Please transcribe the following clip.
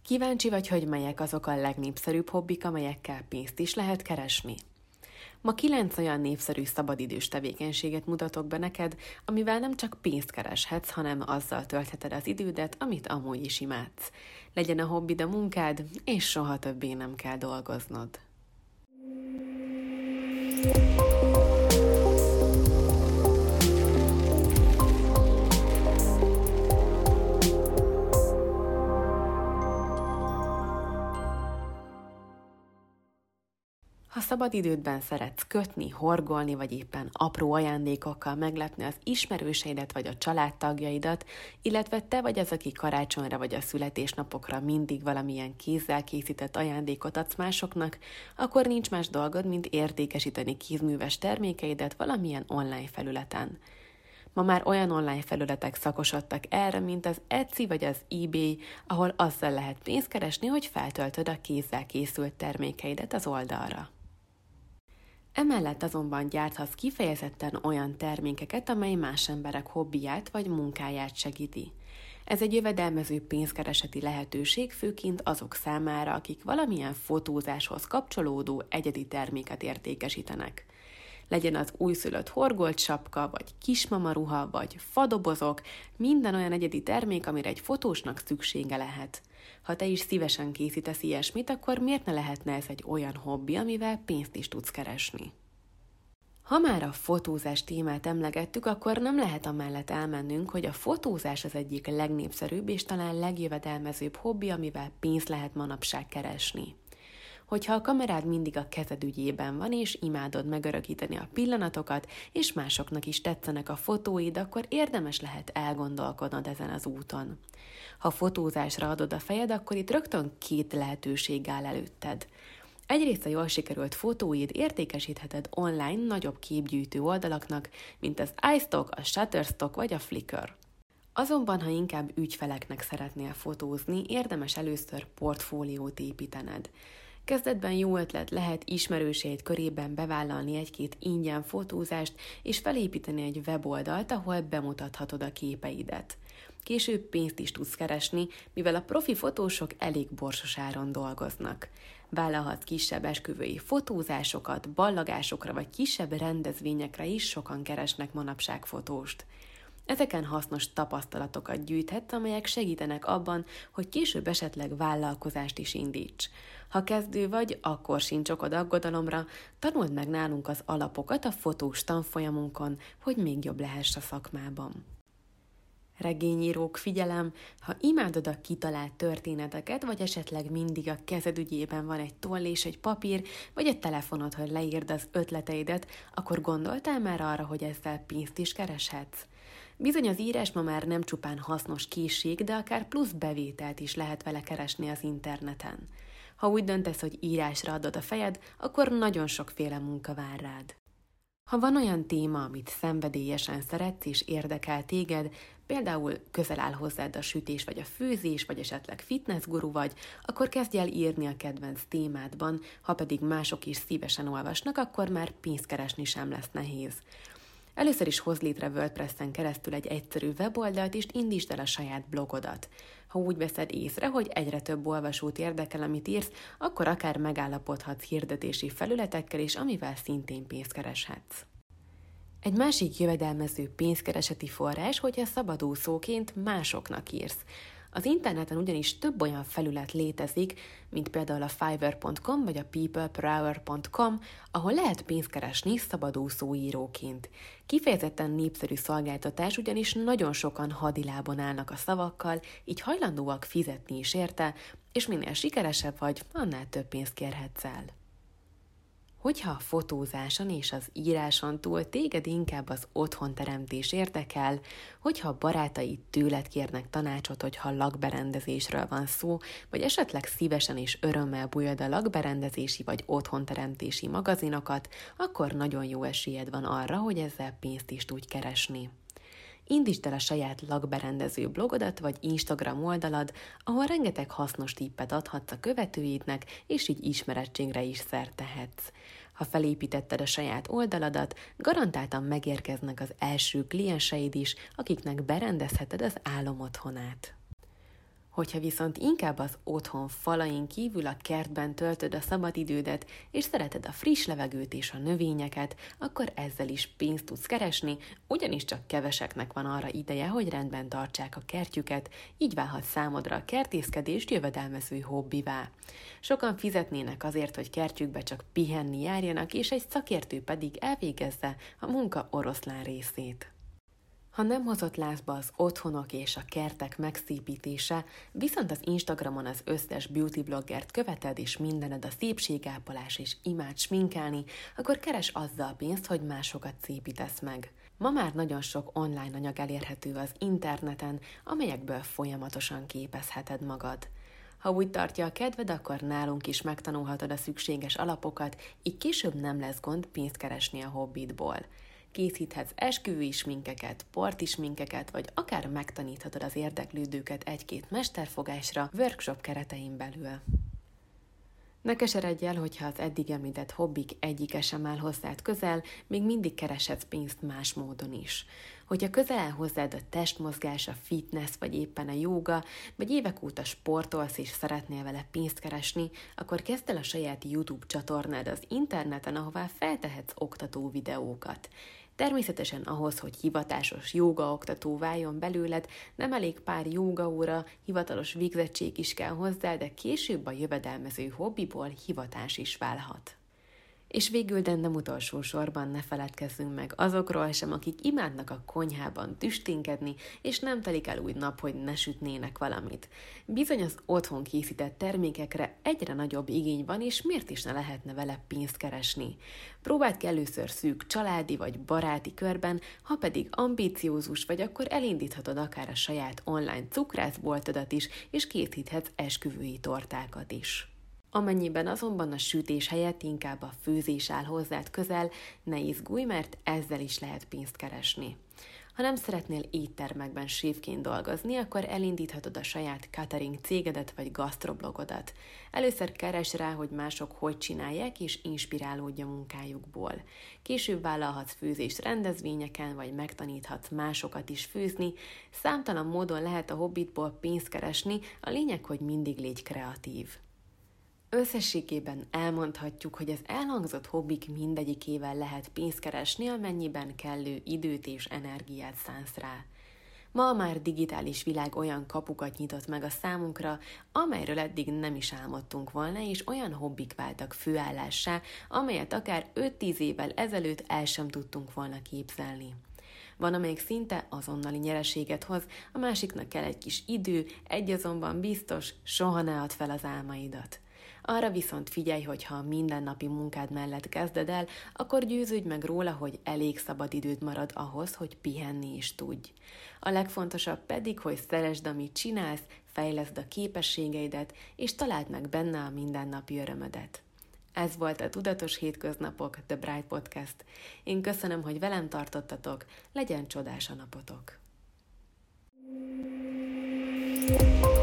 Kíváncsi vagy, hogy melyek azok a legnépszerűbb hobbik, amelyekkel pénzt is lehet keresni? Ma 9 olyan népszerű szabadidős tevékenységet mutatok be neked, amivel nem csak pénzt kereshetsz, hanem azzal töltheted az idődet, amit amúgy is imádsz. Legyen a hobbid a munkád, és soha többé nem kell dolgoznod. Ha szabad idődben szeretsz kötni, horgolni, vagy éppen apró ajándékokkal meglepni az ismerőseidet vagy a családtagjaidat, illetve te vagy az, aki karácsonyra vagy a születésnapokra mindig valamilyen kézzel készített ajándékot adsz másoknak, akkor nincs más dolgod, mint értékesíteni kézműves termékeidet valamilyen online felületen. Ma már olyan online felületek szakosodtak erre, mint az Etsy vagy az eBay, ahol azzal lehet pénzt keresni, hogy feltöltöd a kézzel készült termékeidet az oldalra. Emellett azonban gyárthatsz kifejezetten olyan termékeket, amely más emberek hobbiját vagy munkáját segíti. Ez egy jövedelmező pénzkereseti lehetőség főként azok számára, akik valamilyen fotózáshoz kapcsolódó egyedi terméket értékesítenek. Legyen az újszülött horgolt sapka, vagy kismamaruha, vagy fadobozok, minden olyan egyedi termék, amire egy fotósnak szüksége lehet. Ha te is szívesen készítesz ilyesmit, akkor miért ne lehetne ez egy olyan hobbi, amivel pénzt is tudsz keresni? Ha már a fotózás témát emlegettük, akkor nem lehet amellett elmennünk, hogy a fotózás az egyik legnépszerűbb és talán legjövedelmezőbb hobbi, amivel pénzt lehet manapság keresni. Hogyha a kamerád mindig a kezed ügyében van, és imádod megörökíteni a pillanatokat, és másoknak is tetszenek a fotóid, akkor érdemes lehet elgondolkodnod ezen az úton. Ha fotózásra adod a fejed, akkor itt rögtön 2 lehetőség áll előtted. Egyrészt a jól sikerült fotóid értékesítheted online nagyobb képgyűjtő oldalaknak, mint az iStock, a Shutterstock vagy a Flickr. Azonban, ha inkább ügyfeleknek szeretnél fotózni, érdemes először portfóliót építened. Kezdetben jó ötlet lehet ismerőseid körében bevállalni 1-2 ingyen fotózást, és felépíteni egy weboldalt, ahol bemutathatod a képeidet. Később pénzt is tudsz keresni, mivel a profi fotósok elég borsos áron dolgoznak. Vállalhatsz kisebb esküvői fotózásokat, ballagásokra vagy kisebb rendezvényekre is sokan keresnek manapság fotóst. Ezeken hasznos tapasztalatokat gyűjthetsz, amelyek segítenek abban, hogy később esetleg vállalkozást is indíts. Ha kezdő vagy, akkor sincs okod aggodalomra, tanuld meg nálunk az alapokat a fotós tanfolyamunkon, hogy még jobb lehess a szakmában. Regényírók, figyelem, ha imádod a kitalált történeteket, vagy esetleg mindig a kezed ügyében van egy toll és egy papír, vagy egy telefonod, hogy leírd az ötleteidet, akkor gondoltál már arra, hogy ezzel pénzt is kereshetsz? Bizony az írás ma már nem csupán hasznos készség, de akár plusz bevételt is lehet vele keresni az interneten. Ha úgy döntesz, hogy írásra adod a fejed, akkor nagyon sokféle munka vár rád. Ha van olyan téma, amit szenvedélyesen szeretsz és érdekel téged, például közel áll hozzád a sütés vagy a főzés, vagy esetleg fitnessguru vagy, akkor kezdj el írni a kedvenc témádban, ha pedig mások is szívesen olvasnak, akkor már pénzt keresni sem lesz nehéz. Először is hozz létre WordPress-en keresztül egy egyszerű weboldalt, és indítsd el a saját blogodat. Ha úgy veszed észre, hogy egyre több olvasót érdekel, amit írsz, akkor akár megállapodhatsz hirdetési felületekkel is, amivel szintén pénzt kereshetsz. Egy másik jövedelmező pénzkereseti forrás, hogyha szabadúszóként másoknak írsz. Az interneten ugyanis több olyan felület létezik, mint például a Fiverr.com vagy a peopleperhour.com, ahol lehet pénzt keresni szabadúszó íróként. Kifejezetten népszerű szolgáltatás, ugyanis nagyon sokan hadilábon állnak a szavakkal, így hajlandóak fizetni is érte, és minél sikeresebb vagy, annál több pénzt kérhetsz el. Hogyha a fotózáson és az íráson túl téged inkább az otthonteremtés érdekel, hogyha a barátaid tőled kérnek tanácsot, hogyha lakberendezésről van szó, vagy esetleg szívesen és örömmel bújod a lakberendezési vagy otthonteremtési magazinokat, akkor nagyon jó esélyed van arra, hogy ezzel pénzt is tudj keresni. Indítsd el a saját lakberendező blogodat vagy Instagram oldalad, ahol rengeteg hasznos tippet adhatsz a követőidnek, és így ismerettségre is szert tehetsz. Ha felépítetted a saját oldaladat, garantáltan megérkeznek az első klienseid is, akiknek berendezheted az álomotthonát. Hogyha viszont inkább az otthon falain kívül a kertben töltöd a szabadidődet, és szereted a friss levegőt és a növényeket, akkor ezzel is pénzt tudsz keresni, ugyanis csak keveseknek van arra ideje, hogy rendben tartsák a kertjüket, így válhat számodra a kertészkedést jövedelmező hobbivá. Sokan fizetnének azért, hogy kertjükbe csak pihenni járjanak, és egy szakértő pedig elvégezze a munka oroszlán részét. Ha nem hozott lázba az otthonok és a kertek megszépítése, viszont az Instagramon az összes beauty bloggert követed, és mindened a szépségápolás és imád sminkálni, akkor keres azzal pénzt, hogy másokat szépítesz meg. Ma már nagyon sok online anyag elérhető az interneten, amelyekből folyamatosan képezheted magad. Ha úgy tartja a kedved, akkor nálunk is megtanulhatod a szükséges alapokat, így később nem lesz gond pénzt keresni a hobbidból. Készíthetsz esküvői sminkeket, parti sminkeket, vagy akár megtaníthatod az érdeklődőket egy-két mesterfogásra workshop keretein belül. Ne keseredj el, hogyha az eddig említett hobbik egyike sem áll hozzád közel, még mindig kereshetsz pénzt más módon is. Hogyha közel áll hozzád a testmozgás, a fitness, vagy éppen a jóga, vagy évek óta sportolsz és szeretnél vele pénzt keresni, akkor kezd el a saját YouTube csatornád az interneten, ahová feltehetsz oktató videókat. Természetesen ahhoz, hogy hivatásos jógaoktató váljon belőled, nem elég pár jógaóra, hivatalos végzettség is kell hozzá, de később a jövedelmező hobbiból hivatás is válhat. És végül, de nem utolsó sorban ne feledkezzünk meg azokról sem, akik imádnak a konyhában tüsténkedni, és nem telik el úgy nap, hogy ne sütnének valamit. Bizony az otthon készített termékekre egyre nagyobb igény van, és miért is ne lehetne vele pénzt keresni. Próbáld ki először szűk családi vagy baráti körben, ha pedig ambíciózus vagy, akkor elindíthatod akár a saját online cukrászboltodat is, és készíthetsz esküvői tortákat is. Amennyiben azonban a sütés helyett inkább a főzés áll hozzád közel, ne izgulj, mert ezzel is lehet pénzt keresni. Ha nem szeretnél éttermekben séfként dolgozni, akkor elindíthatod a saját catering cégedet vagy gasztroblogodat. Először keresd rá, hogy mások hogy csinálják, és inspirálódj a munkájukból. Később vállalhatsz főzést rendezvényeken, vagy megtaníthatsz másokat is főzni. Számtalan módon lehet a hobbitból pénzt keresni, a lényeg, hogy mindig légy kreatív. Összességében elmondhatjuk, hogy az elhangzott hobbik mindegyikével lehet pénzt keresni, amennyiben kellő időt és energiát szánsz rá. Ma már digitális világ olyan kapukat nyitott meg a számunkra, amelyről eddig nem is álmodtunk volna, és olyan hobbik váltak főállássá, amelyet akár 5-10 évvel ezelőtt el sem tudtunk volna képzelni. Van, amelyik szinte azonnali nyereséget hoz, a másiknak kell egy kis idő, egy azonban biztos, soha ne add fel az álmaidat. Arra viszont figyelj, hogy ha a mindennapi munkád mellett kezded el, akkor győződj meg róla, hogy elég szabad időd marad ahhoz, hogy pihenni is tudj. A legfontosabb pedig, hogy szeresd, amit csinálsz, fejleszd a képességeidet, és találd meg benne a mindennapi örömödet. Ez volt a Tudatos Hétköznapok, The Bright Podcast. Én köszönöm, hogy velem tartottatok, legyen csodás a napotok!